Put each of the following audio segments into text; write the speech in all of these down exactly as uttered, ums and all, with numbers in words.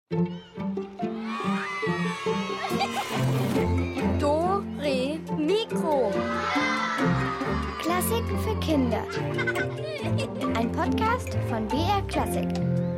Dore Mikro. Klassiken für Kinder. Ein Podcast von B R Klassik.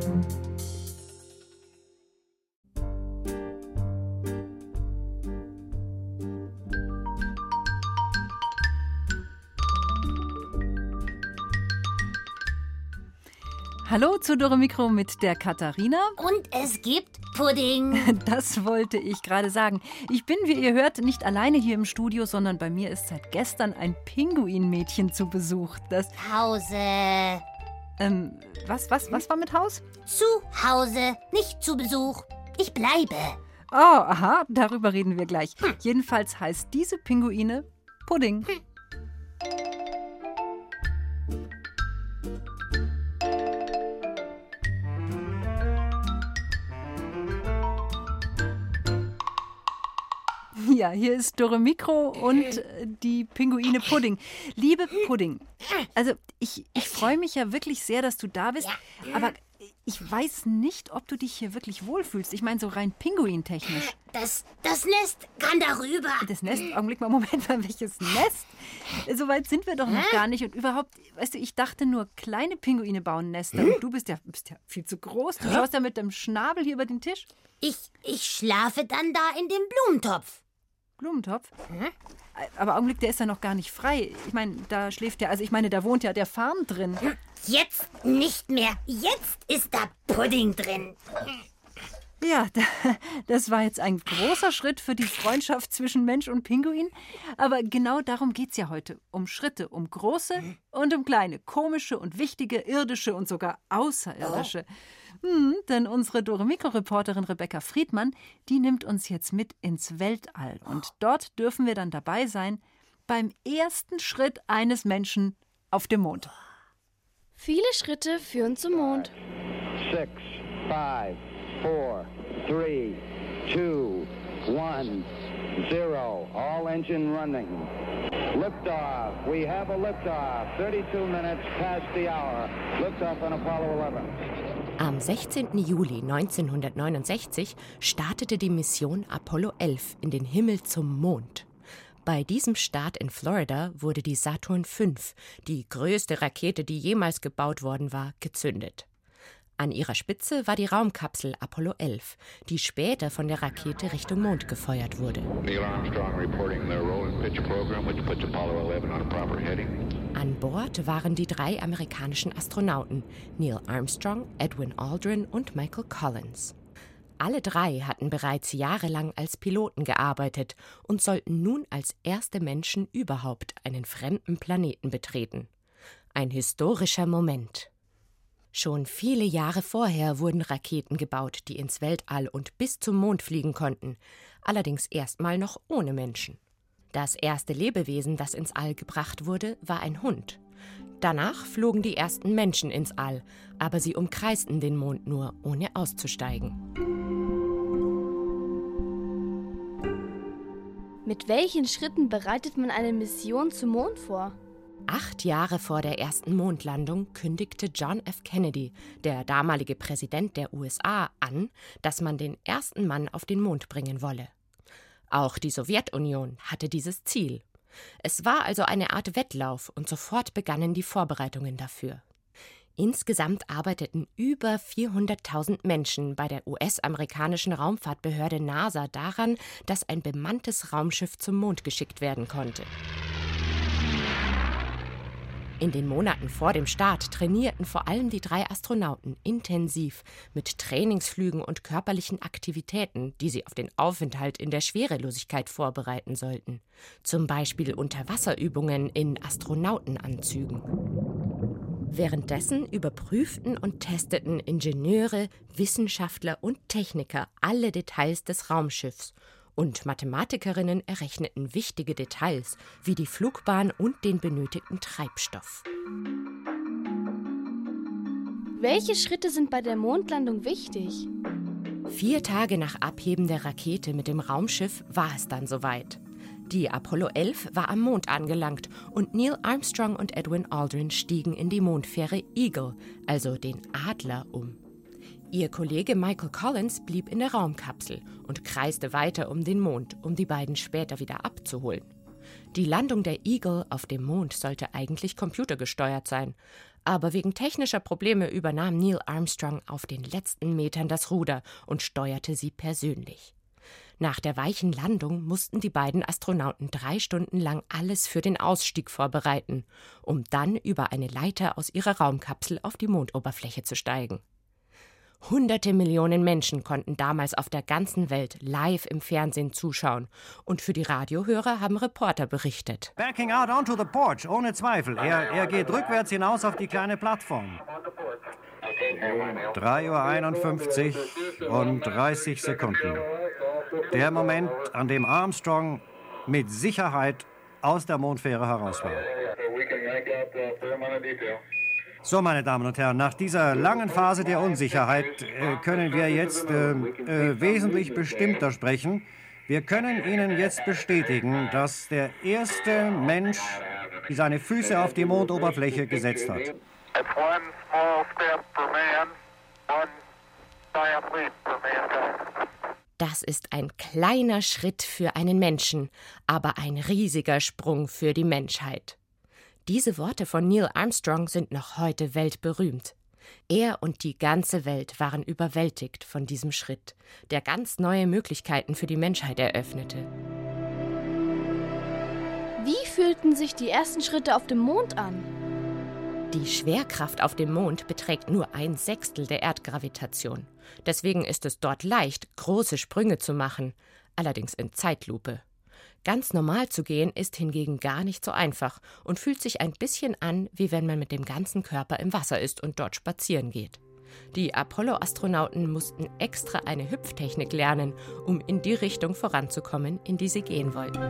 Hallo zu Dore Mikro mit der Katharina. Und es gibt Pudding. Das wollte ich gerade sagen. Ich bin, wie ihr hört, nicht alleine hier im Studio, sondern bei mir ist seit gestern ein Pinguinmädchen zu Besuch. Das Hause. Ähm, was, was, was war mit Haus? Zu Hause, nicht zu Besuch. Ich bleibe. Oh, aha, darüber reden wir gleich. Hm. Jedenfalls heißt diese Pinguine Pudding. Hm. Ja, hier ist Dore Mikro und die Pinguine Pudding. Liebe Pudding, also ich, ich freue mich ja wirklich sehr, dass du da bist, aber ich weiß nicht, ob du dich hier wirklich wohlfühlst. Ich meine, so rein pinguintechnisch. Das, das Nest kann darüber. Das Nest? Augenblick mal, Moment mal, welches Nest? So weit sind wir doch noch gar nicht. Und überhaupt, weißt du, ich dachte nur, kleine Pinguine bauen Nester. Und du bist ja, bist ja viel zu groß. Du schaust ja mit dem Schnabel hier über den Tisch. Ich, ich schlafe dann da in dem Blumentopf. Blumentopf? Hm? Aber Augenblick, der ist ja noch gar nicht frei. Ich meine, da schläft ja, also ich meine, da wohnt ja der Farn drin. Jetzt nicht mehr. Jetzt ist da Pudding drin. Ja, das war jetzt ein großer Schritt für die Freundschaft zwischen Mensch und Pinguin. Aber genau darum geht's ja heute. Um Schritte, um große und um kleine, komische und wichtige, irdische und sogar außerirdische. Oh. Hm, denn unsere Dore Mikro-Reporterin Rebecca Friedmann, die nimmt uns jetzt mit ins Weltall. Und dort dürfen wir dann dabei sein beim ersten Schritt eines Menschen auf dem Mond. Viele Schritte führen zum Mond. Six, five, four, three, two, one, zero. All engine running. Liftoff. We have a liftoff. thirty-two minutes past the hour. Liftoff on Apollo eleven. Am sechzehnten Juli neunzehnhundertneunundsechzig startete die Mission Apollo elf in den Himmel zum Mond. Bei diesem Start in Florida wurde die Saturn fünf, die größte Rakete, die jemals gebaut worden war, gezündet. An ihrer Spitze war die Raumkapsel Apollo elf, die später von der Rakete Richtung Mond gefeuert wurde. Neil Armstrong reporting the roll and pitch program, which puts Apollo eleven on a proper heading. An Bord waren die drei amerikanischen Astronauten, Neil Armstrong, Edwin Aldrin und Michael Collins. Alle drei hatten bereits jahrelang als Piloten gearbeitet und sollten nun als erste Menschen überhaupt einen fremden Planeten betreten. Ein historischer Moment. Schon viele Jahre vorher wurden Raketen gebaut, die ins Weltall und bis zum Mond fliegen konnten, allerdings erstmal noch ohne Menschen. Das erste Lebewesen, das ins All gebracht wurde, war ein Hund. Danach flogen die ersten Menschen ins All, aber sie umkreisten den Mond nur, ohne auszusteigen. Mit welchen Schritten bereitet man eine Mission zum Mond vor? Acht Jahre vor der ersten Mondlandung kündigte John F. Kennedy, der damalige Präsident der U S A, an, dass man den ersten Mann auf den Mond bringen wolle. Auch die Sowjetunion hatte dieses Ziel. Es war also eine Art Wettlauf und sofort begannen die Vorbereitungen dafür. Insgesamt arbeiteten über vierhunderttausend Menschen bei der U S-amerikanischen Raumfahrtbehörde NASA daran, dass ein bemanntes Raumschiff zum Mond geschickt werden konnte. In den Monaten vor dem Start trainierten vor allem die drei Astronauten intensiv mit Trainingsflügen und körperlichen Aktivitäten, die sie auf den Aufenthalt in der Schwerelosigkeit vorbereiten sollten. Zum Beispiel Unterwasserübungen in Astronautenanzügen. Währenddessen überprüften und testeten Ingenieure, Wissenschaftler und Techniker alle Details des Raumschiffs. Und Mathematikerinnen errechneten wichtige Details, wie die Flugbahn und den benötigten Treibstoff. Welche Schritte sind bei der Mondlandung wichtig? Vier Tage nach Abheben der Rakete mit dem Raumschiff war es dann soweit. Die Apollo elf war am Mond angelangt und Neil Armstrong und Edwin Aldrin stiegen in die Mondfähre Eagle, also den Adler, um. Ihr Kollege Michael Collins blieb in der Raumkapsel und kreiste weiter um den Mond, um die beiden später wieder abzuholen. Die Landung der Eagle auf dem Mond sollte eigentlich computergesteuert sein, aber wegen technischer Probleme übernahm Neil Armstrong auf den letzten Metern das Ruder und steuerte sie persönlich. Nach der weichen Landung mussten die beiden Astronauten drei Stunden lang alles für den Ausstieg vorbereiten, um dann über eine Leiter aus ihrer Raumkapsel auf die Mondoberfläche zu steigen. Hunderte Millionen Menschen konnten damals auf der ganzen Welt live im Fernsehen zuschauen. Und für die Radiohörer haben Reporter berichtet. Backing out onto the porch, ohne Zweifel. Er, er geht rückwärts hinaus auf die kleine Plattform. drei Uhr einundfünfzig und dreißig Sekunden. Der Moment, an dem Armstrong mit Sicherheit aus der Mondfähre heraus war. So, meine Damen und Herren, nach dieser langen Phase der Unsicherheit äh, können wir jetzt äh, äh, wesentlich bestimmter sprechen. Wir können Ihnen jetzt bestätigen, dass der erste Mensch seine Füße auf die Mondoberfläche gesetzt hat. Das ist ein kleiner Schritt für einen Menschen, aber ein riesiger Sprung für die Menschheit. Diese Worte von Neil Armstrong sind noch heute weltberühmt. Er und die ganze Welt waren überwältigt von diesem Schritt, der ganz neue Möglichkeiten für die Menschheit eröffnete. Wie fühlten sich die ersten Schritte auf dem Mond an? Die Schwerkraft auf dem Mond beträgt nur ein Sechstel der Erdgravitation. Deswegen ist es dort leicht, große Sprünge zu machen, allerdings in Zeitlupe. Ganz normal zu gehen ist hingegen gar nicht so einfach und fühlt sich ein bisschen an, wie wenn man mit dem ganzen Körper im Wasser ist und dort spazieren geht. Die Apollo-Astronauten mussten extra eine Hüpftechnik lernen, um in die Richtung voranzukommen, in die sie gehen wollten.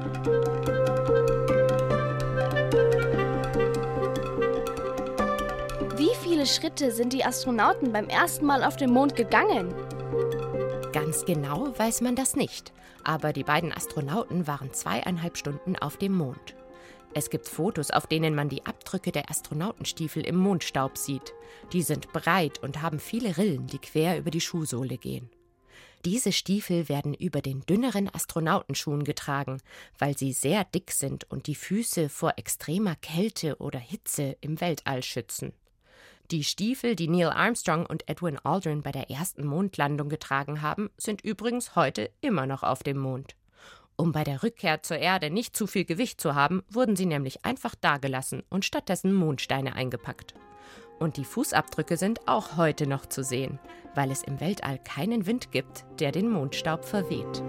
Wie viele Schritte sind die Astronauten beim ersten Mal auf dem Mond gegangen? Ganz genau weiß man das nicht. Aber die beiden Astronauten waren zweieinhalb Stunden auf dem Mond. Es gibt Fotos, auf denen man die Abdrücke der Astronautenstiefel im Mondstaub sieht. Die sind breit und haben viele Rillen, die quer über die Schuhsohle gehen. Diese Stiefel werden über den dünneren Astronautenschuhen getragen, weil sie sehr dick sind und die Füße vor extremer Kälte oder Hitze im Weltall schützen. Die Stiefel, die Neil Armstrong und Edwin Aldrin bei der ersten Mondlandung getragen haben, sind übrigens heute immer noch auf dem Mond. Um bei der Rückkehr zur Erde nicht zu viel Gewicht zu haben, wurden sie nämlich einfach dagelassen und stattdessen Mondsteine eingepackt. Und die Fußabdrücke sind auch heute noch zu sehen, weil es im Weltall keinen Wind gibt, der den Mondstaub verweht.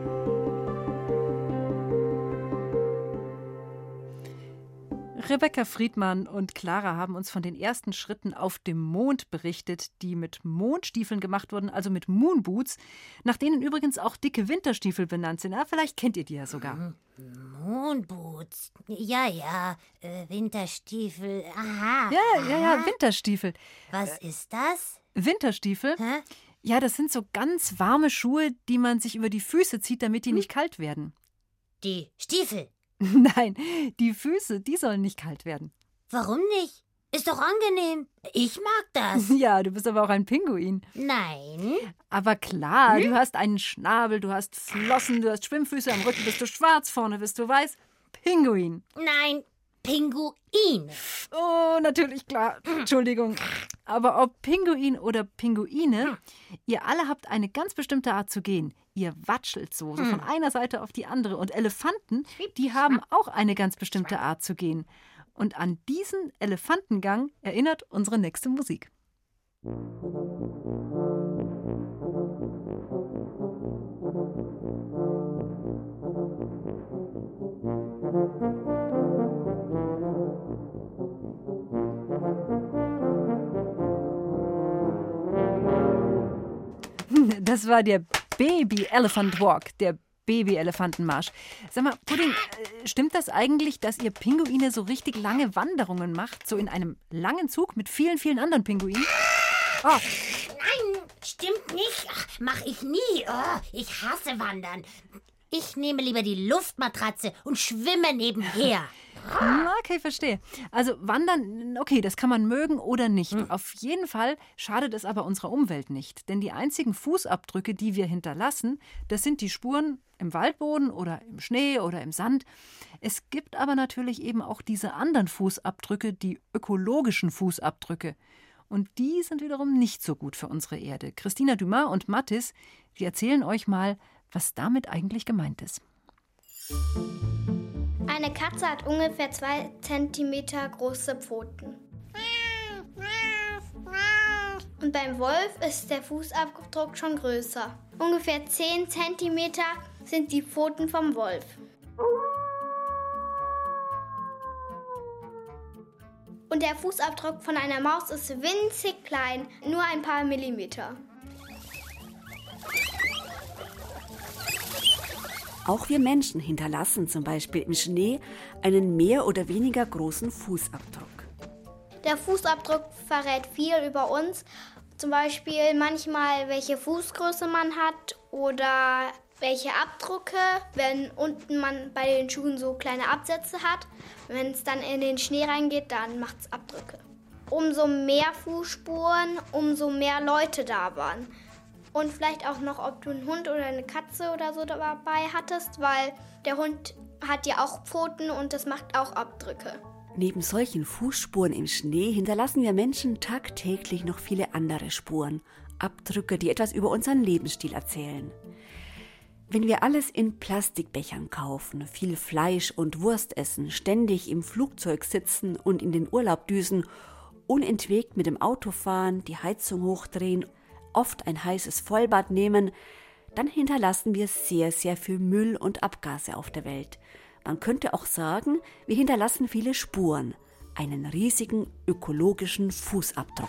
Rebecca Friedmann und Clara haben uns von den ersten Schritten auf dem Mond berichtet, die mit Mondstiefeln gemacht wurden, also mit Moonboots, nach denen übrigens auch dicke Winterstiefel benannt sind. Ja, vielleicht kennt ihr die ja sogar. Moonboots. Ja, ja, äh, Winterstiefel. Aha. Ja, ja, ja, Winterstiefel. Was äh, ist das? Winterstiefel? Hä? Ja, das sind so ganz warme Schuhe, die man sich über die Füße zieht, damit die hm? nicht kalt werden. Die Stiefel? Nein, die Füße, die sollen nicht kalt werden. Warum nicht? Ist doch angenehm. Ich mag das. Ja, du bist aber auch ein Pinguin. Nein. Aber klar, Hm? du hast einen Schnabel, du hast Flossen, du hast Schwimmfüße, am Rücken bist du schwarz, vorne bist du weiß. Pinguin. Nein, Pinguin. Oh, natürlich, klar. Entschuldigung. Aber ob Pinguin oder Pinguine, ihr alle habt eine ganz bestimmte Art zu gehen. Ihr watschelt so, so von einer Seite auf die andere. Und Elefanten, die haben auch eine ganz bestimmte Art zu gehen. Und an diesen Elefantengang erinnert unsere nächste Musik. Das war der Baby Elephant Walk, der Baby-Elefantenmarsch. Sag mal, Pudding, äh, stimmt das eigentlich, dass ihr Pinguine so richtig lange Wanderungen macht? So in einem langen Zug mit vielen, vielen anderen Pinguinen? Oh. Nein, stimmt nicht. Ach, mach ich nie. Oh, ich hasse Wandern. Ich nehme lieber die Luftmatratze und schwimme nebenher. Okay, verstehe. Also wandern, okay, das kann man mögen oder nicht. Hm. Auf jeden Fall schadet es aber unserer Umwelt nicht. Denn die einzigen Fußabdrücke, die wir hinterlassen, das sind die Spuren im Waldboden oder im Schnee oder im Sand. Es gibt aber natürlich eben auch diese anderen Fußabdrücke, die ökologischen Fußabdrücke. Und die sind wiederum nicht so gut für unsere Erde. Christina Dumas und Mathis, die erzählen euch mal, was damit eigentlich gemeint ist. Eine Katze hat ungefähr zwei Zentimeter große Pfoten. Und beim Wolf ist der Fußabdruck schon größer. Ungefähr zehn Zentimeter sind die Pfoten vom Wolf. Und der Fußabdruck von einer Maus ist winzig klein, nur ein paar Millimeter. Auch wir Menschen hinterlassen zum Beispiel im Schnee einen mehr oder weniger großen Fußabdruck. Der Fußabdruck verrät viel über uns. Zum Beispiel manchmal, welche Fußgröße man hat oder welche Abdrücke, wenn unten man bei den Schuhen so kleine Absätze hat. Wenn es dann in den Schnee reingeht, dann macht es Abdrücke. Umso mehr Fußspuren, umso mehr Leute da waren. Und vielleicht auch noch, ob du einen Hund oder eine Katze oder so dabei hattest, weil der Hund hat ja auch Pfoten und das macht auch Abdrücke. Neben solchen Fußspuren im Schnee hinterlassen wir Menschen tagtäglich noch viele andere Spuren, Abdrücke, die etwas über unseren Lebensstil erzählen. Wenn wir alles in Plastikbechern kaufen, viel Fleisch und Wurst essen, ständig im Flugzeug sitzen und in den Urlaub düsen, unentwegt mit dem Auto fahren, die Heizung hochdrehen, oft ein heißes Vollbad nehmen, dann hinterlassen wir sehr, sehr viel Müll und Abgase auf der Welt. Man könnte auch sagen, wir hinterlassen viele Spuren, einen riesigen ökologischen Fußabdruck.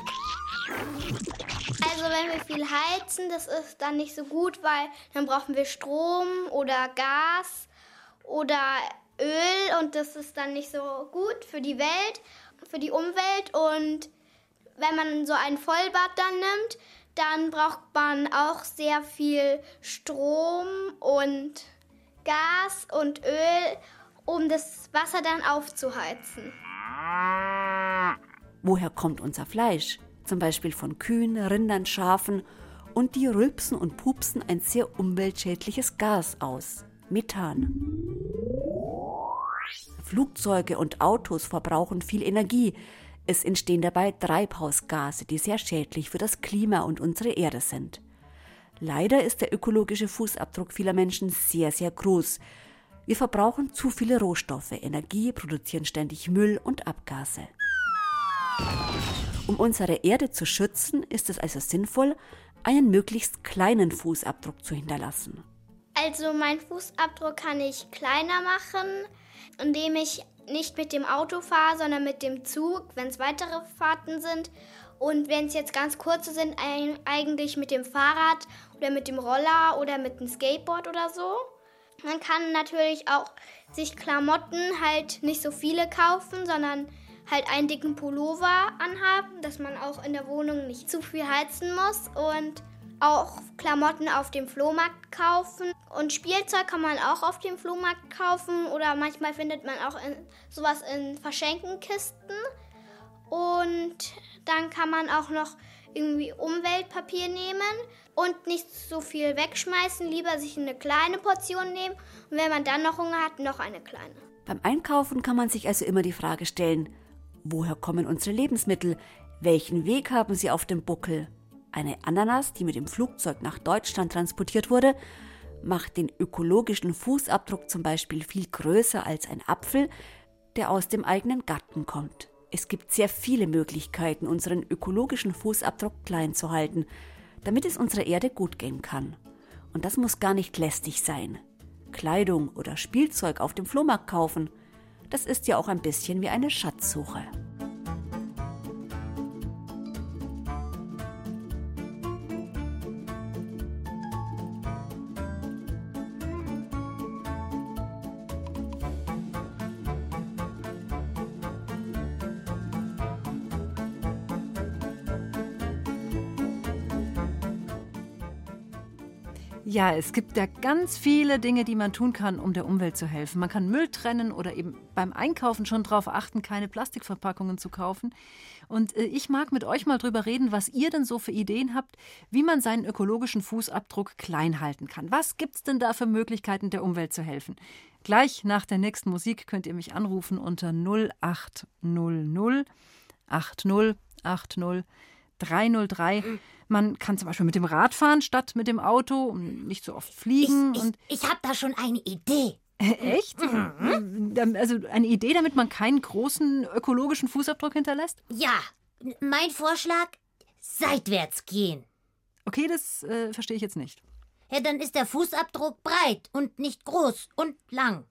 Also wenn wir viel heizen, das ist dann nicht so gut, weil dann brauchen wir Strom oder Gas oder Öl und das ist dann nicht so gut für die Welt, für die Umwelt. Und wenn man so ein Vollbad dann nimmt, dann braucht man auch sehr viel Strom und Gas und Öl, um das Wasser dann aufzuheizen. Woher kommt unser Fleisch? Zum Beispiel von Kühen, Rindern, Schafen. Und die rülpsen und pupsen ein sehr umweltschädliches Gas aus, Methan. Flugzeuge und Autos verbrauchen viel Energie. Es entstehen dabei Treibhausgase, die sehr schädlich für das Klima und unsere Erde sind. Leider ist der ökologische Fußabdruck vieler Menschen sehr, sehr groß. Wir verbrauchen zu viele Rohstoffe, Energie, produzieren ständig Müll und Abgase. Um unsere Erde zu schützen, ist es also sinnvoll, einen möglichst kleinen Fußabdruck zu hinterlassen. Also meinen Fußabdruck kann ich kleiner machen, indem ich nicht mit dem Auto fahre, sondern mit dem Zug, wenn es weitere Fahrten sind. Und wenn es jetzt ganz kurze sind, eigentlich mit dem Fahrrad oder mit dem Roller oder mit dem Skateboard oder so. Man kann natürlich auch sich Klamotten halt nicht so viele kaufen, sondern halt einen dicken Pullover anhaben, dass man auch in der Wohnung nicht zu viel heizen muss. Und auch Klamotten auf dem Flohmarkt kaufen. Und Spielzeug kann man auch auf dem Flohmarkt kaufen. Oder manchmal findet man auch in, sowas in Verschenkenkisten. Und dann kann man auch noch irgendwie Umweltpapier nehmen und nicht so viel wegschmeißen. Lieber sich eine kleine Portion nehmen. Und wenn man dann noch Hunger hat, noch eine kleine. Beim Einkaufen kann man sich also immer die Frage stellen, woher kommen unsere Lebensmittel? Welchen Weg haben sie auf dem Buckel? Eine Ananas, die mit dem Flugzeug nach Deutschland transportiert wurde, macht den ökologischen Fußabdruck zum Beispiel viel größer als ein Apfel, der aus dem eigenen Garten kommt. Es gibt sehr viele Möglichkeiten, unseren ökologischen Fußabdruck klein zu halten, damit es unserer Erde gut gehen kann. Und das muss gar nicht lästig sein. Kleidung oder Spielzeug auf dem Flohmarkt kaufen, das ist ja auch ein bisschen wie eine Schatzsuche. Ja, es gibt ja ganz viele Dinge, die man tun kann, um der Umwelt zu helfen. Man kann Müll trennen oder eben beim Einkaufen schon darauf achten, keine Plastikverpackungen zu kaufen. Und äh, ich mag mit euch mal drüber reden, was ihr denn so für Ideen habt, wie man seinen ökologischen Fußabdruck klein halten kann. Was gibt's denn da für Möglichkeiten, der Umwelt zu helfen? Gleich nach der nächsten Musik könnt ihr mich anrufen unter null acht null null acht null acht null drei null drei. Man kann zum Beispiel mit dem Rad fahren statt mit dem Auto und nicht so oft fliegen. Ich, und ich, ich habe da schon eine Idee. Echt? Mhm. Also eine Idee, damit man keinen großen ökologischen Fußabdruck hinterlässt? Ja, mein Vorschlag, seitwärts gehen. Okay, das äh, verstehe ich jetzt nicht. Ja, dann ist der Fußabdruck breit und nicht groß und lang.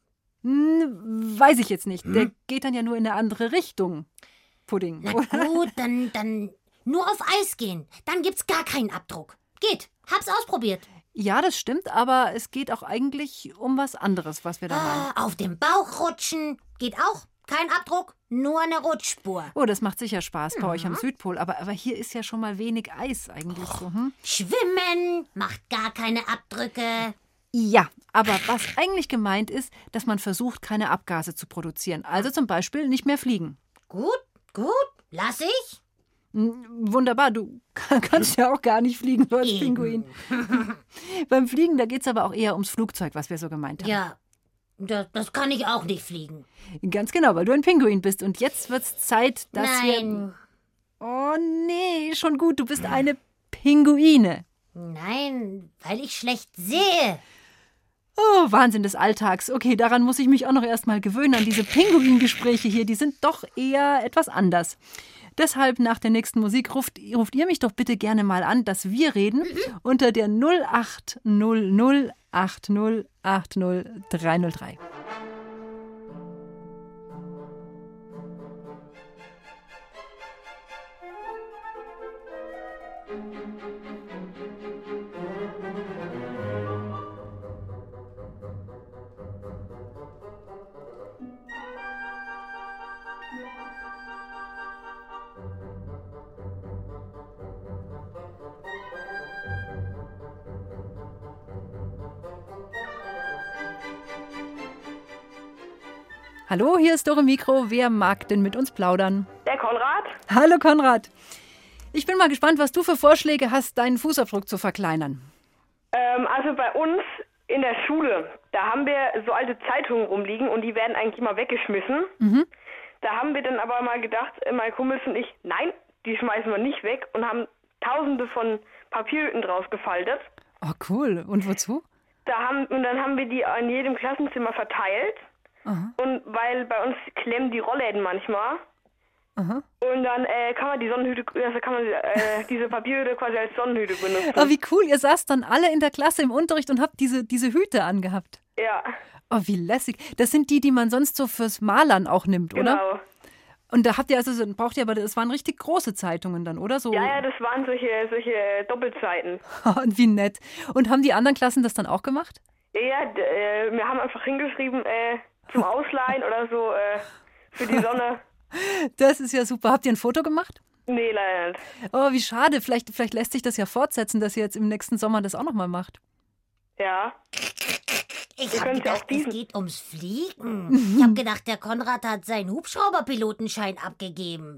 Hm, weiß ich jetzt nicht. Hm? Der geht dann ja nur in eine andere Richtung. Pudding. Na gut, dann, dann nur auf Eis gehen. Dann gibt's gar keinen Abdruck. Geht. Hab's ausprobiert. Ja, das stimmt, aber es geht auch eigentlich um was anderes, was wir da machen. Ah, auf dem Bauch rutschen. Geht auch. Kein Abdruck, nur eine Rutschspur. Oh, das macht sicher Spaß bei mhm. euch am Südpol. Aber, aber hier ist ja schon mal wenig Eis eigentlich oh, so. Hm? Schwimmen macht gar keine Abdrücke. Ja, aber was eigentlich gemeint ist, dass man versucht, keine Abgase zu produzieren. Also zum Beispiel nicht mehr fliegen. Gut, gut. Lass ich. Wunderbar, du kannst ja auch gar nicht fliegen, du als Pinguin. Beim Fliegen, da geht es aber auch eher ums Flugzeug, was wir so gemeint haben. Ja, das, das kann ich auch nicht fliegen. Ganz genau, weil du ein Pinguin bist. Und jetzt wird's Zeit, dass Nein. wir... Oh nee, schon gut, du bist eine Pinguine. Nein, weil ich schlecht sehe. Oh, Wahnsinn des Alltags. Okay, daran muss ich mich auch noch erst mal gewöhnen, an diese Pinguingespräche hier. Die sind doch eher etwas anders. Deshalb nach der nächsten Musik ruft, ruft ihr mich doch bitte gerne mal an, dass wir reden mhm. unter der null acht null null acht null acht null drei null drei. Hallo, hier ist Dore Mikro. Wer mag denn mit uns plaudern? Der Konrad. Hallo Konrad. Ich bin mal gespannt, was du für Vorschläge hast, deinen Fußabdruck zu verkleinern. Ähm, also bei uns in der Schule, da haben wir so alte Zeitungen rumliegen und die werden eigentlich immer weggeschmissen. Mhm. Da haben wir dann aber mal gedacht, mein Kumpel und ich, nein, die schmeißen wir nicht weg und haben tausende von Papierhüten draus gefaltet. Oh cool. Und wozu? Da haben, und dann haben wir die in jedem Klassenzimmer verteilt. Aha. Und weil bei uns klemmen die Rollläden manchmal. Aha. Und dann äh, kann man die Sonnenhüte, also kann man äh, diese Papierhüte quasi als Sonnenhüte benutzen. Oh, wie cool. Ihr saßt dann alle in der Klasse im Unterricht und habt diese, diese Hüte angehabt. Ja. Oh, wie lässig. Das sind die, die man sonst so fürs Malern auch nimmt, oder? Genau. Und da habt ihr also, braucht ihr aber, das waren richtig große Zeitungen dann, oder? So. Ja, ja, das waren solche, solche Doppelseiten. Und wie nett. Und haben die anderen Klassen das dann auch gemacht? Ja, ja, d- äh, wir haben einfach hingeschrieben, äh, zum Ausleihen oder so, äh, für die Sonne. Das ist ja super. Habt ihr ein Foto gemacht? Nee, leider nicht. Oh, wie schade. Vielleicht, vielleicht lässt sich das ja fortsetzen, dass ihr jetzt im nächsten Sommer das auch nochmal macht. Ja. Ich hab gedacht, es geht ums Fliegen. Ich hab gedacht, der Konrad hat seinen Hubschrauberpilotenschein abgegeben.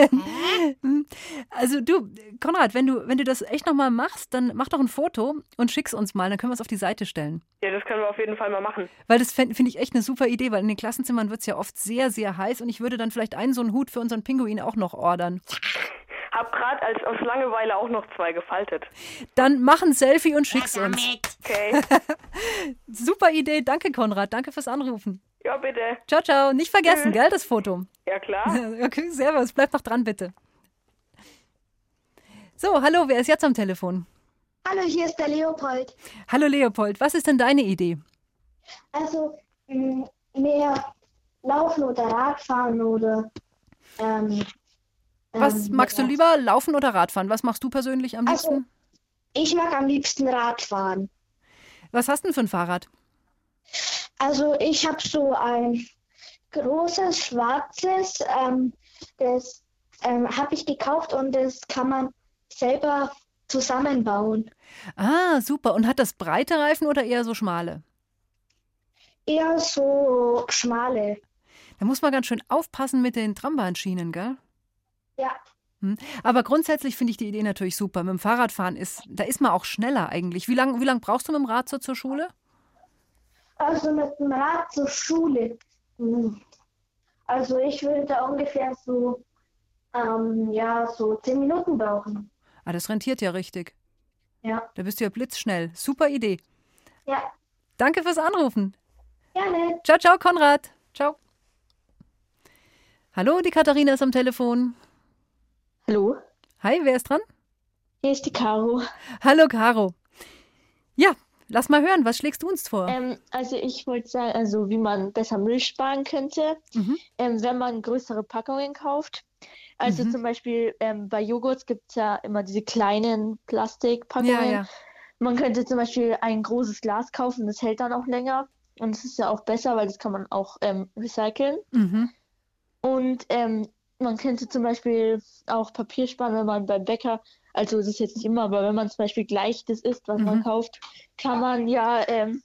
Also du, Konrad, wenn du, wenn du das echt nochmal machst, dann mach doch ein Foto und schick's uns mal, dann können wir es auf die Seite stellen. Ja, das können wir auf jeden Fall mal machen. Weil das finde find ich echt eine super Idee, weil in den Klassenzimmern wird es ja oft sehr, sehr heiß und ich würde dann vielleicht einen so einen Hut für unseren Pinguin auch noch ordern. Hab gerade als aus Langeweile auch noch zwei gefaltet. Dann mach ein Selfie und schick's uns. Okay. Super Idee, danke Konrad, danke fürs Anrufen. Ja, bitte. Ciao, ciao, nicht vergessen, Tschüss. Gell, das Foto. Ja, klar. Okay, servus, bleib noch dran, bitte. So, hallo, wer ist jetzt am Telefon? Hallo, hier ist der Leopold. Hallo Leopold, was ist denn deine Idee? Also, mh, mehr Laufen oder Radfahren oder... Ähm, Was ähm, magst du lieber, Laufen oder Radfahren? Was machst du persönlich am liebsten? Also, ich mag am liebsten Radfahren. Was hast du denn für ein Fahrrad? Also ich habe so ein großes, schwarzes, ähm, das ähm, habe ich gekauft und das kann man selber zusammenbauen. Ah, super. Und hat das breite Reifen oder eher so schmale? Eher so schmale. Da muss man ganz schön aufpassen mit den Trambahnschienen, gell? Ja. Hm. Aber grundsätzlich finde ich die Idee natürlich super. Mit dem Fahrradfahren ist, da ist man auch schneller eigentlich. Wie lange wie lang brauchst du mit dem Rad so zur Schule? Also mit dem Rad zur Schule. Also ich würde da ungefähr so, ähm, ja, so zehn Minuten brauchen. Ah, das rentiert ja richtig. Ja. Da bist du ja blitzschnell. Super Idee. Ja. Danke fürs Anrufen. Gerne. Ciao, ciao, Konrad. Ciao. Hallo, die Katharina ist am Telefon. Hallo. Hi, wer ist dran? Hier ist die Caro. Hallo, Caro. Ja, lass mal hören, was schlägst du uns vor? Ähm, also ich wollte sagen, also wie man besser Müll sparen könnte, Mhm. ähm, wenn man größere Packungen kauft. Also Mhm. zum Beispiel ähm, bei Joghurt gibt es ja immer diese kleinen Plastikpackungen. Ja, ja. Man könnte zum Beispiel ein großes Glas kaufen, das hält dann auch länger. Und es ist ja auch besser, weil das kann man auch ähm, recyceln. Mhm. Und ähm, man könnte zum Beispiel auch Papier sparen, wenn man beim Bäcker, also das ist jetzt nicht immer, aber wenn man zum Beispiel gleich das isst, was Mhm. man kauft, kann man ja, ähm,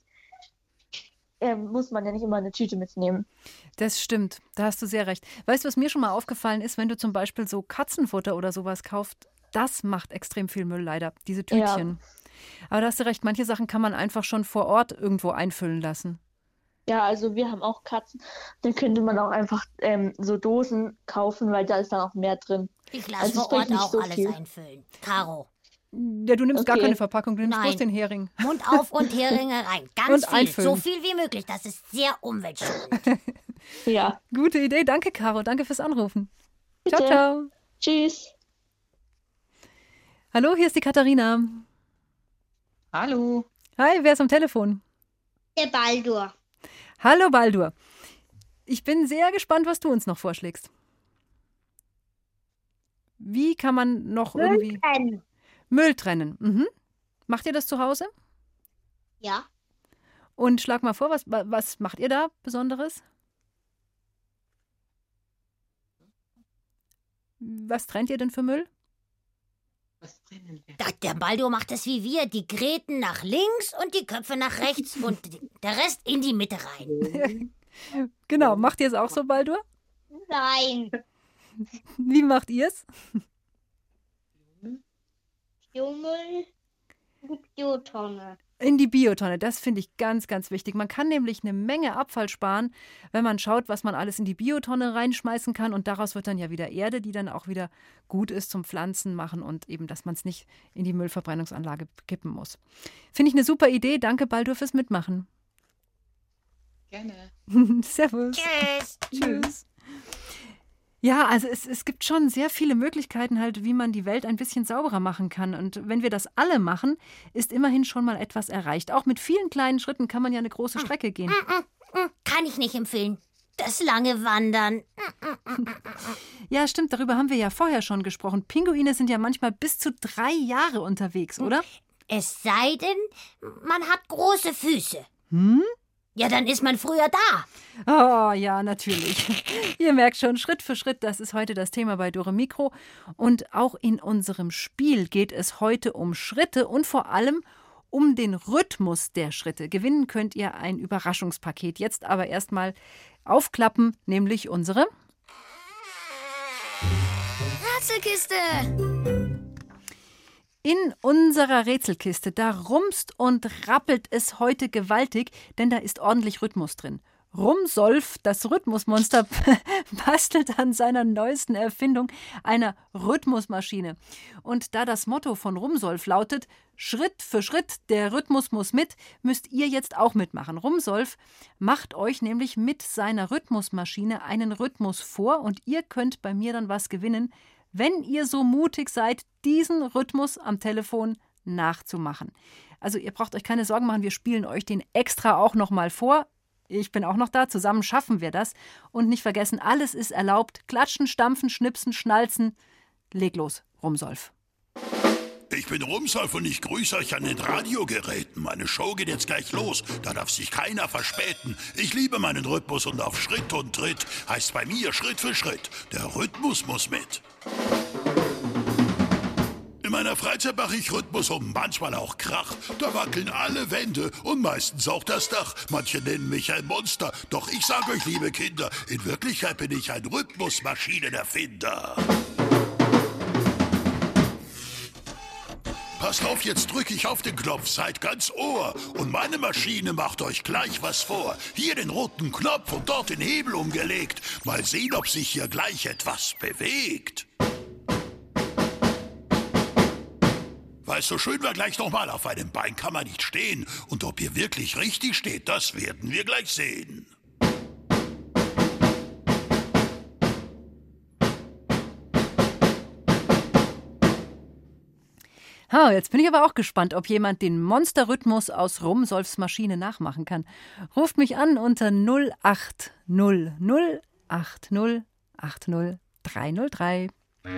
ähm, muss man ja nicht immer eine Tüte mitnehmen. Das stimmt, da hast du sehr recht. Weißt du, was mir schon mal aufgefallen ist, wenn du zum Beispiel so Katzenfutter oder sowas kaufst, das macht extrem viel Müll leider, diese Tütchen. Aber da hast du recht, manche Sachen kann man einfach schon vor Ort irgendwo einfüllen lassen. Ja, also wir haben auch Katzen, dann könnte man auch einfach ähm, so Dosen kaufen, weil da ist dann auch mehr drin. Ich lasse Also es vor bringt Ort nicht auch so alles viel. einfüllen. Caro, Ja, du nimmst gar Okay. keine Verpackung, du nimmst Nein. bloß den Hering. Mund auf und Heringe rein. Ganz Und viel, einfüllen. so viel wie möglich. Das ist sehr umweltschonend. Ja, Gute Idee, danke Caro, danke fürs Anrufen. bitte. Ciao, ciao. Tschüss. Hallo, hier ist die Katharina. Hallo. Hi, wer ist am Telefon? Der Baldur. Hallo Baldur. Ich bin sehr gespannt, was du uns noch vorschlägst. Wie kann man noch irgendwie... trennen. Müll trennen. Mhm. Macht ihr das zu Hause? Ja. Und schlag mal vor, was, was macht ihr da Besonderes? Was trennt ihr denn für Müll? Was trennen wir? Da, der Baldur macht es wie wir. Die Gräten nach links und die Köpfe nach rechts und die- der Rest in die Mitte rein. Genau, macht ihr es auch so, Baldur? Nein. Wie macht ihr es? Biomüll, die Biotonne. In die Biotonne, das finde ich ganz, ganz wichtig. Man kann nämlich eine Menge Abfall sparen, wenn man schaut, was man alles in die Biotonne reinschmeißen kann. Und daraus wird dann ja wieder Erde, die dann auch wieder gut ist zum Pflanzen machen und eben, dass man es nicht in die Müllverbrennungsanlage kippen muss. Finde ich eine super Idee. Danke, Baldur, fürs Mitmachen. Gerne. Servus. Tschüss. Tschüss. Ja, also es, es gibt schon sehr viele Möglichkeiten halt, wie man die Welt ein bisschen sauberer machen kann. Und wenn wir das alle machen, ist immerhin schon mal etwas erreicht. Auch mit vielen kleinen Schritten kann man ja eine große Strecke gehen. Kann ich nicht empfehlen. Das lange Wandern. Ja, stimmt, darüber haben wir ja vorher schon gesprochen. Pinguine sind ja manchmal bis zu drei Jahre unterwegs, oder? Es sei denn, man hat große Füße. Hm? Ja, dann ist man früher da. Oh, ja, natürlich. Ihr merkt schon, Schritt für Schritt, das ist heute das Thema bei Dore Mikro. Und auch in unserem Spiel geht es heute um Schritte und vor allem um den Rhythmus der Schritte. Gewinnen könnt ihr ein Überraschungspaket. Jetzt aber erstmal aufklappen, nämlich unsere Rätselkiste. In unserer Rätselkiste, da rumst und rappelt es heute gewaltig, denn da ist ordentlich Rhythmus drin. Rumsolf, das Rhythmusmonster, bastelt an seiner neuesten Erfindung, einer Rhythmusmaschine. Und da das Motto von Rumsolf lautet, Schritt für Schritt, der Rhythmus muss mit, müsst ihr jetzt auch mitmachen. Rumsolf macht euch nämlich mit seiner Rhythmusmaschine einen Rhythmus vor und ihr könnt bei mir dann was gewinnen, wenn ihr so mutig seid, diesen Rhythmus am Telefon nachzumachen. Also ihr braucht euch keine Sorgen machen, wir spielen euch den extra auch noch mal vor. Ich bin auch noch da, zusammen schaffen wir das. Und nicht vergessen, alles ist erlaubt. Klatschen, stampfen, schnipsen, schnalzen. Leg los, Rumsolf. Ich bin Rumsolf und ich grüße euch an den Radiogeräten. Meine Show geht jetzt gleich los, da darf sich keiner verspäten. Ich liebe meinen Rhythmus und auf Schritt und Tritt heißt bei mir Schritt für Schritt. Der Rhythmus muss mit. In meiner Freizeit mache ich Rhythmus und manchmal auch Krach. Da wackeln alle Wände und meistens auch das Dach. Manche nennen mich ein Monster, doch ich sage euch, liebe Kinder, in Wirklichkeit bin ich ein Rhythmusmaschinenerfinder. Passt auf, jetzt drücke ich auf den Knopf, seid ganz Ohr. Und meine Maschine macht euch gleich was vor. Hier den roten Knopf und dort den Hebel umgelegt. Mal sehen, ob sich hier gleich etwas bewegt. Weil es so schön war, gleich nochmal, auf einem Bein kann man nicht stehen. Und ob ihr wirklich richtig steht, das werden wir gleich sehen. Ha, jetzt bin ich aber auch gespannt, ob jemand den Monsterrhythmus aus Rumsolfs Maschine nachmachen kann. Ruft mich an unter null acht null null acht null acht null drei null drei.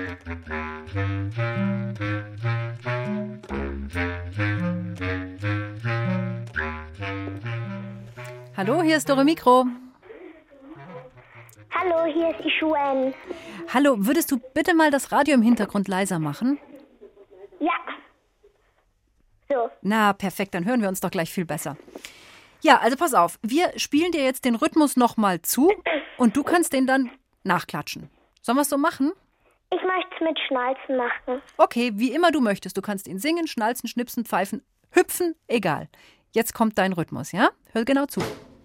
Hallo, hier ist Dore Mikro. Hallo, hier ist Ishuen. Hallo, würdest du bitte mal das Radio im Hintergrund leiser machen? Ja. So. Na, perfekt, dann hören wir uns doch gleich viel besser. Ja, also pass auf, wir spielen dir jetzt den Rhythmus nochmal zu und du kannst den dann nachklatschen. Sollen wir es so machen? Ich möchte es mit Schnalzen machen. Okay, wie immer du möchtest. Du kannst ihn singen, schnalzen, schnipsen, pfeifen, hüpfen, egal. Jetzt kommt dein Rhythmus, ja? Hör genau zu.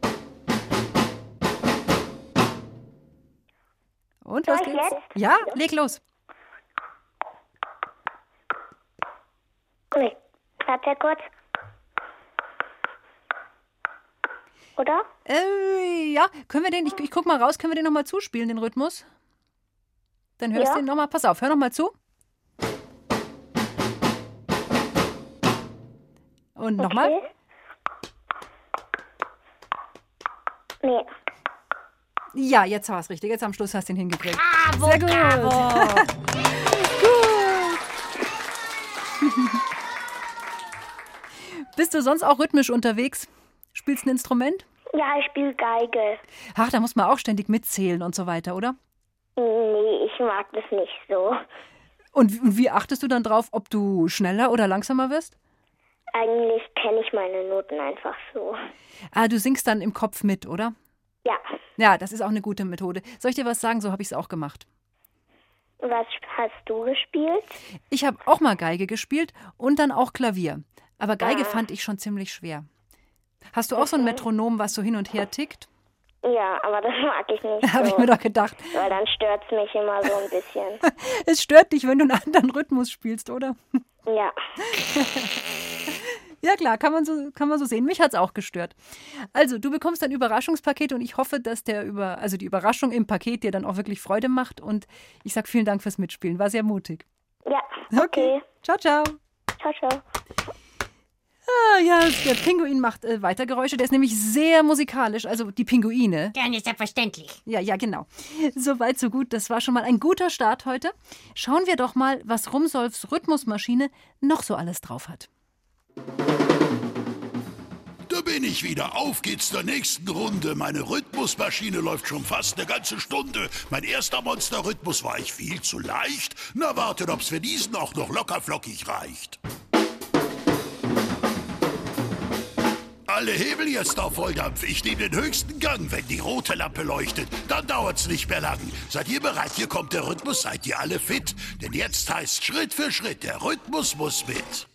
Und Soll los ich geht's? jetzt? Ja, leg los. Nee, warte kurz. Oder? Äh, ja, können wir den, ich, ich guck mal raus, können wir den nochmal zuspielen, den Rhythmus? Dann hörst du Ja. den nochmal, pass auf, hör nochmal zu. Und nochmal. Okay. Nee. Ja, jetzt war es richtig. Jetzt am Schluss hast du ihn hingekriegt. Bravo, Sehr gut. bravo. Gut. Bist du sonst auch rhythmisch unterwegs? Spielst ein Instrument? Ja, ich spiele Geige. Ach, da muss man auch ständig mitzählen und so weiter, oder? Nee, ich mag das nicht so. Und wie- und wie achtest du dann drauf, ob du schneller oder langsamer wirst? Eigentlich kenne ich meine Noten einfach so. Ah, du singst dann im Kopf mit, oder? Ja. Ja, das ist auch eine gute Methode. Soll ich dir was sagen? So habe ich es auch gemacht. Was hast du gespielt? Ich habe auch mal Geige gespielt und dann auch Klavier. Aber Geige Ah. fand ich schon ziemlich schwer. Hast du auch so ein Metronom, was so hin und her tickt? Ja, aber das mag ich nicht Habe so. ich mir doch gedacht. Weil dann stört es mich immer so ein bisschen. Es stört dich, wenn du einen anderen Rhythmus spielst, oder? Ja. Ja klar, kann man so, kann man so sehen. Mich hat es auch gestört. Also, du bekommst ein Überraschungspaket und ich hoffe, dass der über, also die Überraschung im Paket dir dann auch wirklich Freude macht. Und ich sag vielen Dank fürs Mitspielen. War sehr mutig. Ja, Okay. Ciao, ciao. Ciao, ciao. Ah, ja, der Pinguin macht äh, weiter Geräusche. Der ist nämlich sehr musikalisch, also die Pinguine. Gerne, selbstverständlich. Ja, ja, genau. Soweit, so gut. Das war schon mal ein guter Start heute. Schauen wir doch mal, was Rumsolfs Rhythmusmaschine noch so alles drauf hat. Da bin ich wieder. Auf geht's zur nächsten Runde. Meine Rhythmusmaschine läuft schon fast eine ganze Stunde. Mein erster Monsterrhythmus war ich viel zu leicht. Na, wartet, ob's für diesen auch noch lockerflockig reicht. Alle Hebel jetzt auf Volldampf. Ich nehme den höchsten Gang. Wenn die rote Lampe leuchtet, dann dauert's nicht mehr lang. Seid ihr bereit? Hier kommt der Rhythmus. Seid ihr alle fit? Denn jetzt heißt Schritt für Schritt, der Rhythmus muss mit.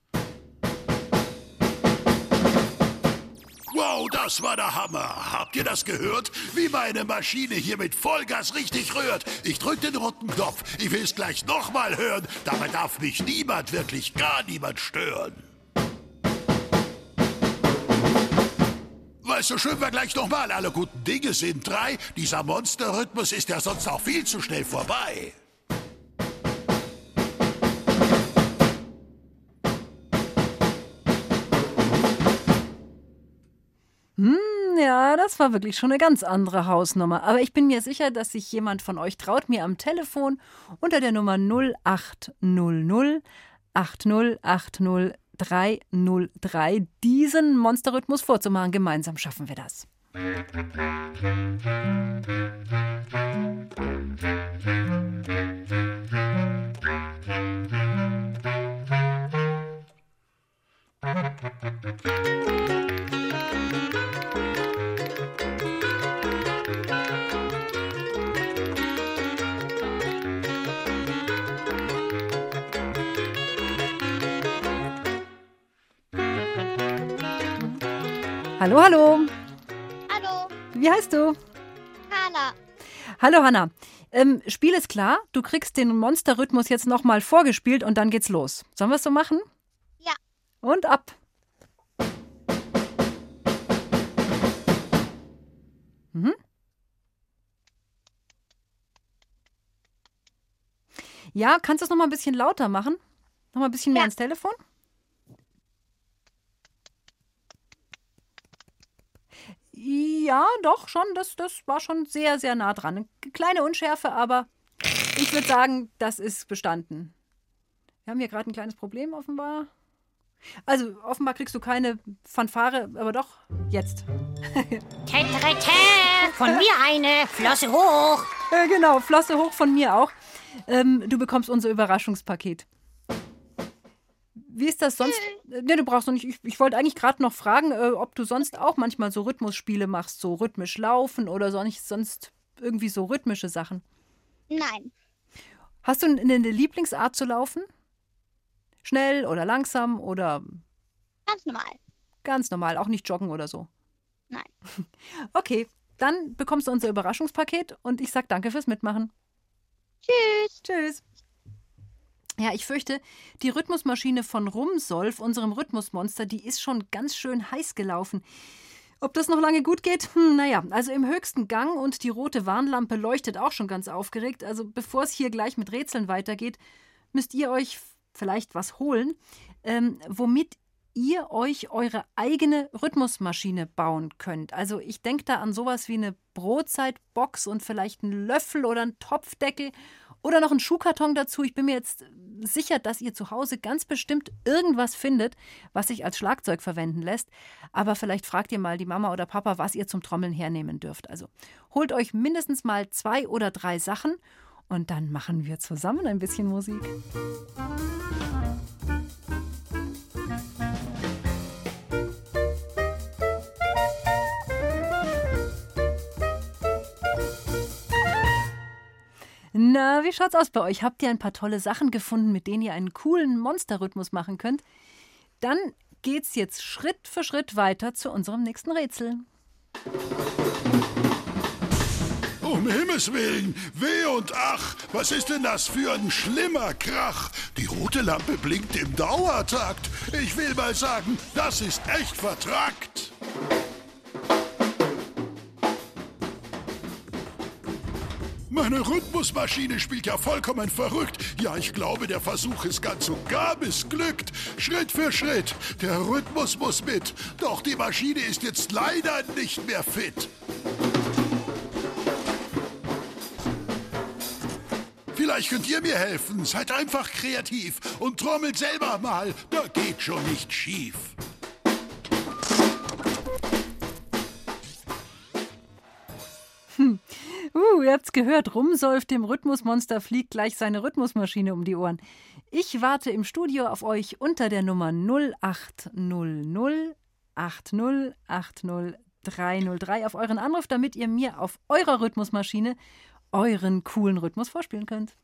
Wow, das war der Hammer. Habt ihr das gehört? Wie meine Maschine hier mit Vollgas richtig rührt. Ich drück den roten Knopf. Ich will's gleich nochmal hören. Dabei darf mich niemand, wirklich gar niemand stören. Weißt du, schön wir gleich nochmal. Alle guten Dinge sind drei. Dieser Monsterrhythmus ist ja sonst auch viel zu schnell vorbei. Hm, ja, das war wirklich schon eine ganz andere Hausnummer. Aber ich bin mir sicher, dass sich jemand von euch traut, mir am Telefon unter der Nummer null acht null null acht null acht null drei null drei diesen Monsterrhythmus vorzumachen. Gemeinsam schaffen wir das. Hallo, hallo. Hallo. Wie heißt du? Hanna. Hallo, Hanna. Ähm, Spiel ist klar. Du kriegst den Monsterrhythmus jetzt nochmal vorgespielt und dann geht's los. Sollen wir es so machen? Ja. Und ab. Mhm. Ja, kannst du es nochmal ein bisschen lauter machen? Nochmal ein bisschen mehr Ja. ans Telefon? Ja, doch, schon. Das, das war schon sehr, sehr nah dran. Eine kleine Unschärfe, aber ich würde sagen, das ist bestanden. Wir haben hier gerade ein kleines Problem offenbar. Also, offenbar kriegst du keine Fanfare, aber doch jetzt. Tetrete, von mir eine, Flosse hoch. Äh, genau, Flosse hoch von mir auch. Ähm, du bekommst unser Überraschungspaket. Wie ist das sonst? Ne, du brauchst noch nicht. Ich, ich wollte eigentlich gerade noch fragen, äh, ob du sonst auch manchmal so Rhythmusspiele machst, so rhythmisch laufen oder sonst, sonst irgendwie so rhythmische Sachen. Nein. Hast du eine, eine Lieblingsart zu laufen? Schnell oder langsam oder Ganz normal. ganz normal, auch nicht joggen oder so? Nein. Okay, dann bekommst du unser Überraschungspaket und ich sag danke fürs Mitmachen. Tschüss. Tschüss. Ja, ich fürchte, die Rhythmusmaschine von Rumsolf, unserem Rhythmusmonster, die ist schon ganz schön heiß gelaufen. Ob das noch lange gut geht? Hm, naja, also im höchsten Gang und die rote Warnlampe leuchtet auch schon ganz aufgeregt. Also bevor es hier gleich mit Rätseln weitergeht, müsst ihr euch vielleicht was holen, ähm, womit ihr euch eure eigene Rhythmusmaschine bauen könnt. Also ich denke da an sowas wie eine Brotzeitbox und vielleicht einen Löffel oder einen Topfdeckel oder noch einen Schuhkarton dazu. Ich bin mir jetzt sicher, dass ihr zu Hause ganz bestimmt irgendwas findet, was sich als Schlagzeug verwenden lässt. Aber vielleicht fragt ihr mal die Mama oder Papa, was ihr zum Trommeln hernehmen dürft. Also holt euch mindestens mal zwei oder drei Sachen und dann machen wir zusammen ein bisschen Musik. Na, wie schaut's aus bei euch? Habt ihr ein paar tolle Sachen gefunden, mit denen ihr einen coolen Monsterrhythmus machen könnt? Dann geht's jetzt Schritt für Schritt weiter zu unserem nächsten Rätsel. Um Himmels Willen, weh und ach, was ist denn das für ein schlimmer Krach? Die rote Lampe blinkt im Dauertakt. Ich will mal sagen, das ist echt vertrackt. Meine Rhythmusmaschine spielt ja vollkommen verrückt. Ja, ich glaube, der Versuch ist ganz und gar missglückt. Schritt für Schritt, der Rhythmus muss mit. Doch die Maschine ist jetzt leider nicht mehr fit. Vielleicht könnt ihr mir helfen. Seid einfach kreativ und trommelt selber mal. Da geht schon nicht schief. Hm. Uh, ihr habt's gehört, Rumsolf, dem Rhythmusmonster, fliegt gleich seine Rhythmusmaschine um die Ohren. Ich warte im Studio auf euch unter der Nummer null acht null null acht null acht null drei null drei auf euren Anruf, damit ihr mir auf eurer Rhythmusmaschine euren coolen Rhythmus vorspielen könnt.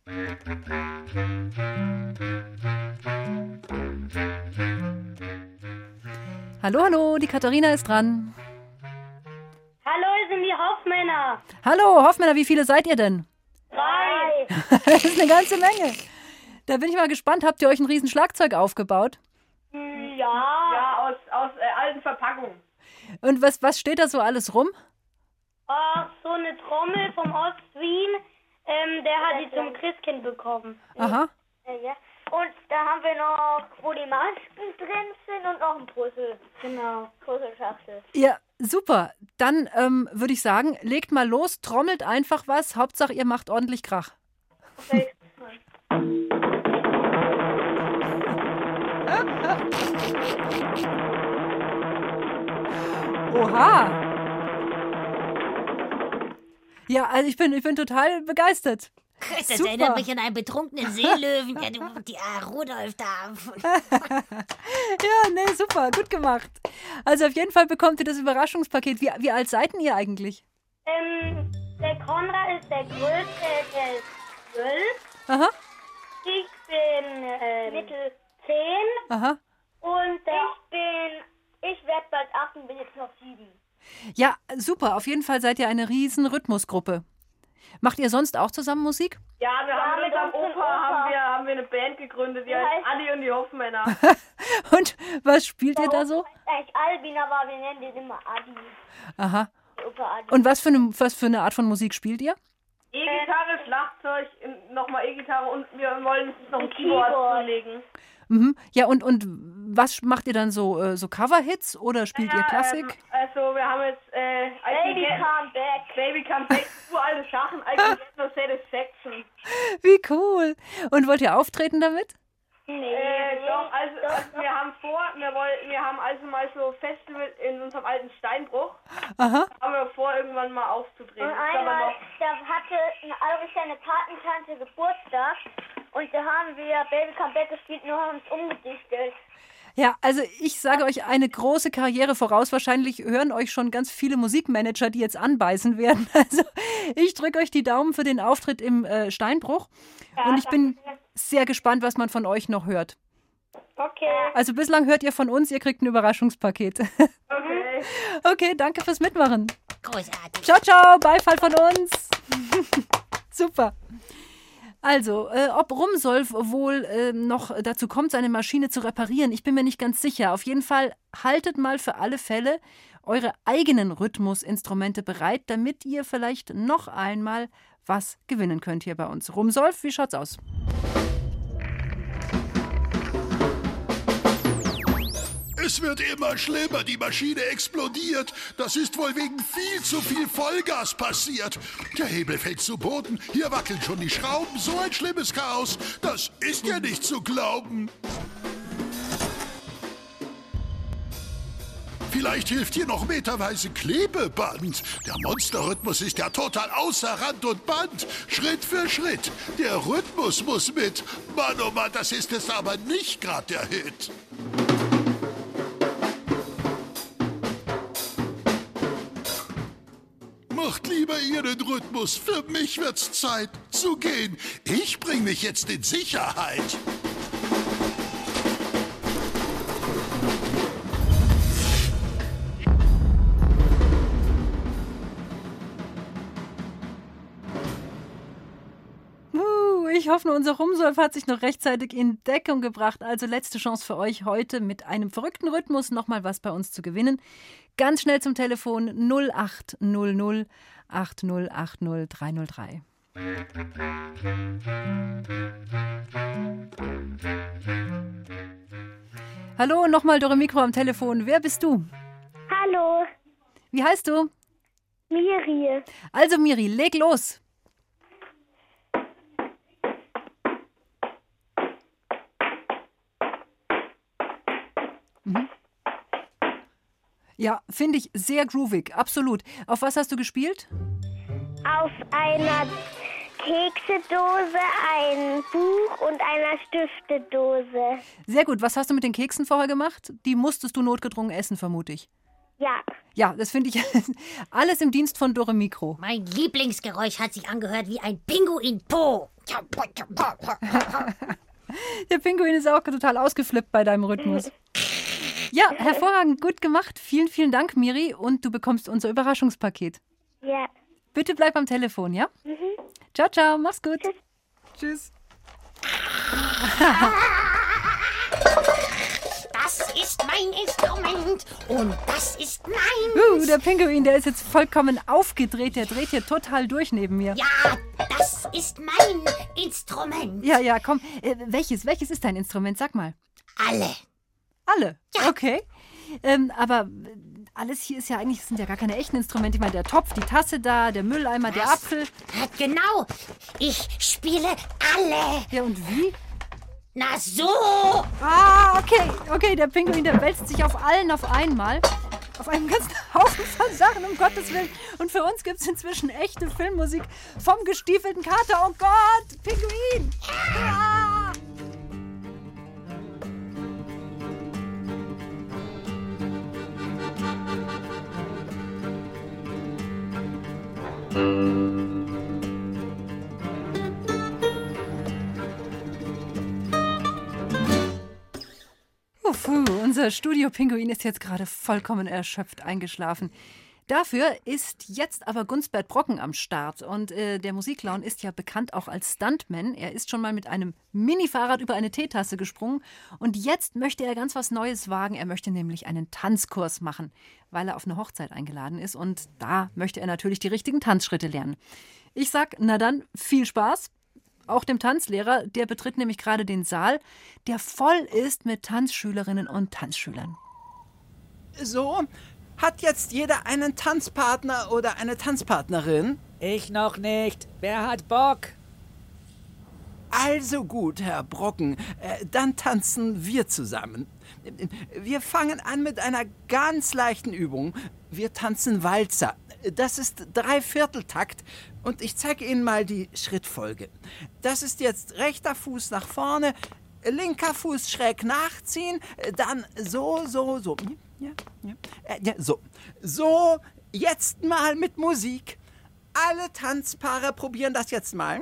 Hallo, hallo, die Katharina ist dran. Hallo, hier sind die Hoffmänner. Hallo, Hoffmänner, wie viele seid ihr denn? Drei. Das ist eine ganze Menge. Da bin ich mal gespannt, habt ihr euch ein riesen Schlagzeug aufgebaut? Ja. Ja, aus, aus äh, alten Verpackungen. Und was, was steht da so alles rum? Ach, so eine Trommel vom Ostwien. Ähm, der hat die zum Christkind bekommen. Aha. Äh, ja. Und da haben wir noch, wo die Masken drin sind und noch ein Puzzle. Genau, Puzzleschachtel. Ja, super. Dann ähm, würde ich sagen, legt mal los, trommelt einfach was. Hauptsache, ihr macht ordentlich Krach. Okay. Oha. Ja, also ich bin, ich bin total begeistert. Das Super. erinnert mich an einen betrunkenen Seelöwen. Ja, du, die äh, Rudolf da. Ja, nee, super, gut gemacht. Also auf jeden Fall bekommt ihr das Überraschungspaket. Wie, wie alt seid denn ihr eigentlich? Ähm, der Konrad ist der Größte, der ist zwölf. Aha, Ich bin äh, Mittel zehn. aha. Und ich bin, ich werde bald acht und bin jetzt noch sieben. Ja, super. Auf jeden Fall seid ihr eine riesen Rhythmusgruppe. Macht ihr sonst auch zusammen Musik? Ja, wir Ja, haben mit mit unserem unserem Opa, Opa. Haben, wir, haben wir eine Band gegründet, die Die heißt heißt- Adi und die Hoffmänner. Und was spielt ihr da so? Eigentlich Albin, aber wir nennen den immer Adi. Aha. Der Opa Adi. Und was für, eine, was für eine Art von Musik spielt ihr? E-Gitarre, Schlagzeug, nochmal E-Gitarre und wir wollen uns noch ein Ein Keyboard Keyboard. zulegen. Mhm. Ja, und, und was macht ihr dann so, äh, so Cover-Hits oder spielt ihr Klassik? Ähm, also wir haben jetzt äh, Baby Come Back. Baby Come Back, uralte Sachen, eigentlich nur Satisfaction. Wie cool. Und wollt ihr auftreten damit? Nee. Äh, doch, also, also wir haben vor, wir wollen, wir haben also mal so Festival in unserem alten Steinbruch. Aha. Haben wir vor, irgendwann mal aufzutreten. Und Ist aber einmal, noch- da hatte eine Ulrich seine Patentante Geburtstag und da haben wir Baby Come Back gespielt, nur haben es umgedichtet. Ja, also ich sage euch eine große Karriere voraus. Wahrscheinlich hören euch schon ganz viele Musikmanager, die jetzt anbeißen werden. Also ich drücke euch die Daumen für den Auftritt im äh, Steinbruch. Und ich bin sehr gespannt, was man von euch noch hört. Okay. Also bislang hört ihr von uns, ihr kriegt ein Überraschungspaket. Okay. Okay, danke fürs Mitmachen. Großartig. Ciao, ciao, Beifall von uns. Super. Also, äh, ob Rumsolf wohl äh, noch dazu kommt, seine Maschine zu reparieren, ich bin mir nicht ganz sicher. Auf jeden Fall haltet mal für alle Fälle eure eigenen Rhythmusinstrumente bereit, damit ihr vielleicht noch einmal was gewinnen könnt hier bei uns. Rumsolf, wie schaut's aus? Es wird immer schlimmer, die Maschine explodiert. Das ist wohl wegen viel zu viel Vollgas passiert. Der Hebel fällt zu Boden, hier wackeln schon die Schrauben. So ein schlimmes Chaos, das ist ja nicht zu glauben. Vielleicht hilft hier noch meterweise Klebeband. Der Monsterrhythmus ist ja total außer Rand und Band. Schritt für Schritt. Der Rhythmus muss mit. Mann, oh Mann, das ist es aber nicht gerade der Hit. Macht lieber Ihren Rhythmus. Für mich wird's Zeit zu gehen. Ich bring mich jetzt in Sicherheit. Uh, ich hoffe, unser Rumsolf hat sich noch rechtzeitig in Deckung gebracht. Also letzte Chance für euch heute mit einem verrückten Rhythmus nochmal was bei uns zu gewinnen. Ganz schnell zum Telefon null acht null null acht null acht null drei null drei. Hallo, nochmal Dore Mikro am Telefon. Wer bist du? Hallo, Wie heißt du? Miri. Also Miri, leg los. Mhm. Ja, finde ich sehr groovig, absolut. Auf was hast du gespielt? Auf einer Keksedose, ein Buch und einer Stiftedose. Sehr gut. Was hast du mit den Keksen vorher gemacht? Die musstest du notgedrungen essen, vermute ich. Ja. Ja, das finde ich alles im Dienst von Dore Mikro. Mein Lieblingsgeräusch hat sich angehört wie ein Pinguin-Po. Der Pinguin ist auch total ausgeflippt bei deinem Rhythmus. Ja, hervorragend, gut gemacht. Vielen, vielen Dank, Miri. Und du bekommst unser Überraschungspaket. Ja. Bitte bleib am Telefon, ja? Mhm. Ciao, ciao, mach's gut. Tschüss. Das ist mein Instrument und das ist mein... Uh, der Pinguin, der ist jetzt vollkommen aufgedreht. Der dreht hier total durch neben mir. Ja, das ist mein Instrument. Ja, ja, komm. Äh, welches, welches ist dein Instrument? Sag mal. Alle. Alle? Ja. Okay. Ähm, aber alles hier ist ja eigentlich, sind ja gar keine echten Instrumente. Ich meine, der Topf, die Tasse da, der Mülleimer, der Apfel. Genau. Ich spiele alle. Ja, und wie? Na so. Ah, okay. Okay, der Pinguin, der wälzt sich auf allen auf einmal. auf einem ganzen Haufen von Sachen, um Gottes Willen. Und für uns gibt es inzwischen echte Filmmusik vom gestiefelten Kater. Oh Gott, Pinguin! Ja! Puh, unser Studio-Pinguin ist jetzt gerade vollkommen erschöpft eingeschlafen. Dafür ist jetzt aber Gunsbert Brocken am Start. Und äh, der Musikclown ist ja bekannt auch als Stuntman. Er ist schon mal mit einem Mini-Fahrrad über eine Teetasse gesprungen. Und jetzt möchte er ganz was Neues wagen. Er möchte nämlich einen Tanzkurs machen, weil er auf eine Hochzeit eingeladen ist. Und da möchte er natürlich die richtigen Tanzschritte lernen. Ich sag, na dann, viel Spaß. Auch dem Tanzlehrer, der betritt nämlich gerade den Saal, der voll ist mit Tanzschülerinnen und Tanzschülern. So, hat jetzt jeder einen Tanzpartner oder eine Tanzpartnerin? Ich noch nicht. Wer hat Bock? Also gut, Herr Brocken, äh, dann tanzen wir zusammen. Wir fangen an mit einer ganz leichten Übung. Wir tanzen Walzer. Das ist Dreivierteltakt und ich zeige Ihnen mal die Schrittfolge. Das ist jetzt rechter Fuß nach vorne, linker Fuß schräg nachziehen, dann so, so, so. Ja, ja, ja, so. So, jetzt mal mit Musik. Alle Tanzpaare probieren das jetzt mal.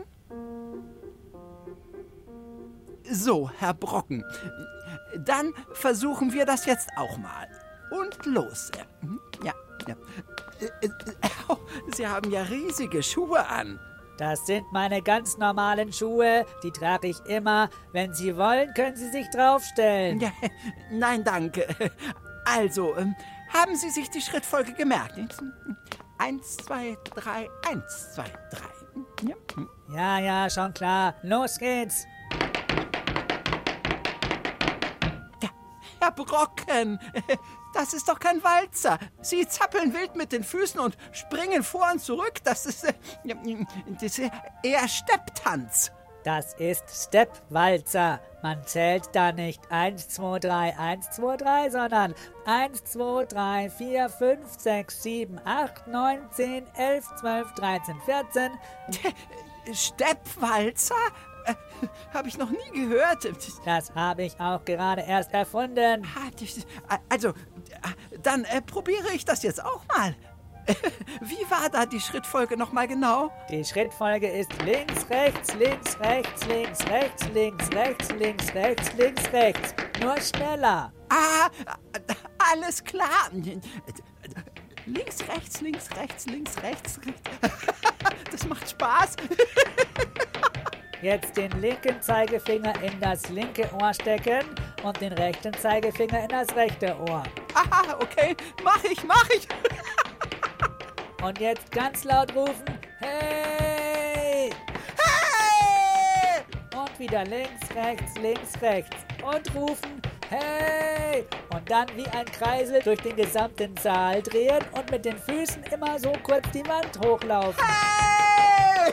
So, Herr Brocken, dann versuchen wir das jetzt auch mal. Und los. Ja, ja. Sie haben ja riesige Schuhe an. Das sind meine ganz normalen Schuhe. Die trage ich immer. Wenn Sie wollen, können Sie sich draufstellen. Ja, nein, danke. Also, ähm, haben Sie sich die Schrittfolge gemerkt? Eins, zwei, drei, eins, zwei, drei. Ja, ja, ja, schon klar. Los geht's. Ja, Herr Brocken, das ist doch kein Walzer. Sie zappeln wild mit den Füßen und springen vor und zurück. Das ist, äh, das ist eher Stepptanz. Das ist Steppwalzer. Man zählt da nicht eins, zwei, drei, eins, zwei, drei, sondern eins, zwei, drei, vier, fünf, sechs, sieben, acht, neun, zehn, elf, zwölf, dreizehn, vierzehn. Steppwalzer? Äh, habe ich noch nie gehört. Das habe ich auch gerade erst erfunden. Also, dann äh, probiere ich das jetzt auch mal. Wie war da die Schrittfolge nochmal genau? Die Schrittfolge ist links, rechts, links, rechts, links, rechts, links, rechts, links, rechts, links, rechts. Nur schneller. Ah, alles klar. Links, rechts, links, rechts, links, rechts. Das macht Spaß. Jetzt den linken Zeigefinger in das linke Ohr stecken und den rechten Zeigefinger in das rechte Ohr. Aha, okay. Mach ich, mach ich. Und jetzt ganz laut rufen, hey! Hey! Und wieder links, rechts, links, rechts. Und rufen, hey! Und dann wie ein Kreisel durch den gesamten Saal drehen und mit den Füßen immer so kurz die Wand hochlaufen. Hey!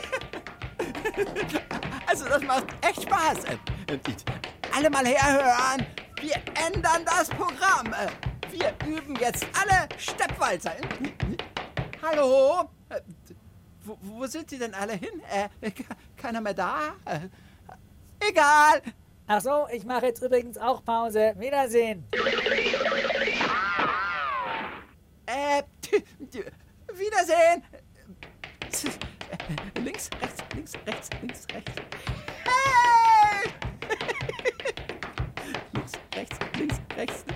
Also das macht echt Spaß. Alle mal herhören. Wir ändern das Programm. Wir üben jetzt alle Steppwalzer. Hallo? Äh, wo, wo sind Sie denn alle hin? Äh, keiner mehr da? Äh, egal. Ach so, ich mache jetzt übrigens auch Pause. Wiedersehen. Äh, Wiedersehen. Links, rechts, links, rechts, links, rechts. Hey! Links, rechts, links, rechts.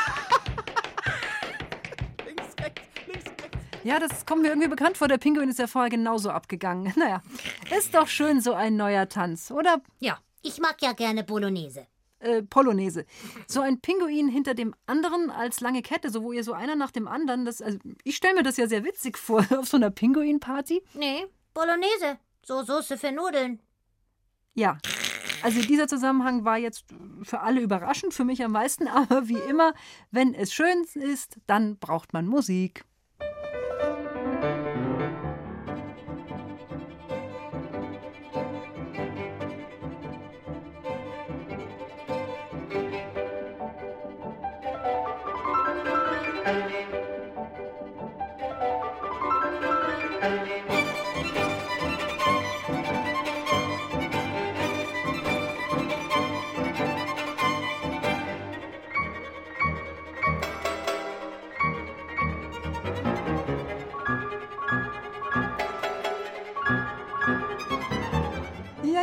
Ja, das kommt mir irgendwie bekannt vor. Der Pinguin ist ja vorher genauso abgegangen. Naja, ist doch schön so ein neuer Tanz, oder? Ja, ich mag ja gerne Bolognese. Äh, Polonaise. So ein Pinguin hinter dem anderen als lange Kette, so wo ihr so einer nach dem anderen, das, also ich stelle mir das ja sehr witzig vor, auf so einer Pinguin-Party. Nee, Bolognese. So Soße für Nudeln. Ja, also dieser Zusammenhang war jetzt für alle überraschend, für mich am meisten, aber wie immer, wenn es schön ist, dann braucht man Musik.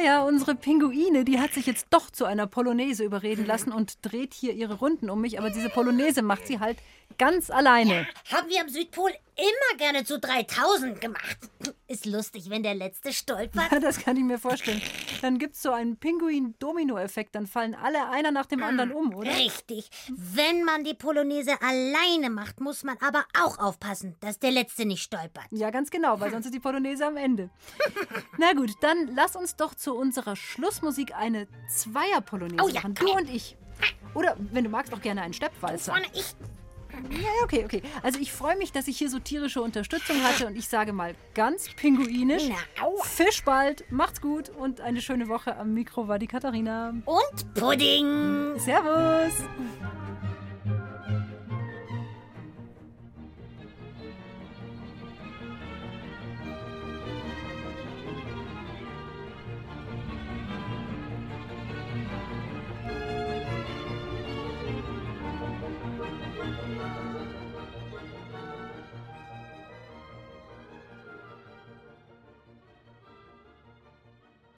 ja, unsere Pinguine, die hat sich jetzt doch zu einer Polonaise überreden lassen und dreht hier ihre Runden um mich. Aber diese Polonaise macht sie halt ganz alleine. Ja, haben wir am Südpol immer gerne zu dreitausend gemacht. Ist lustig, wenn der Letzte stolpert. Ja, das kann ich mir vorstellen. Dann gibt's so einen Pinguin-Domino-Effekt. Dann fallen alle einer nach dem anderen um, oder? Richtig. Wenn man die Polonaise alleine macht, muss man aber auch aufpassen, dass der Letzte nicht stolpert. Ja, ganz genau, weil sonst ist die Polonaise am Ende. Na gut, dann lass uns doch zu unserer Schlussmusik eine Zweier-Polonaise oh, ja, machen. Du und ich. Oder, wenn du magst, auch gerne einen Steppwalzer. Vorne ich. Ja, okay, okay. Also ich freue mich, dass ich hier so tierische Unterstützung hatte und ich sage mal ganz pinguinisch. Fisch bald, macht's gut und eine schöne Woche. Am Mikro war die Katharina. Und Pudding. Servus.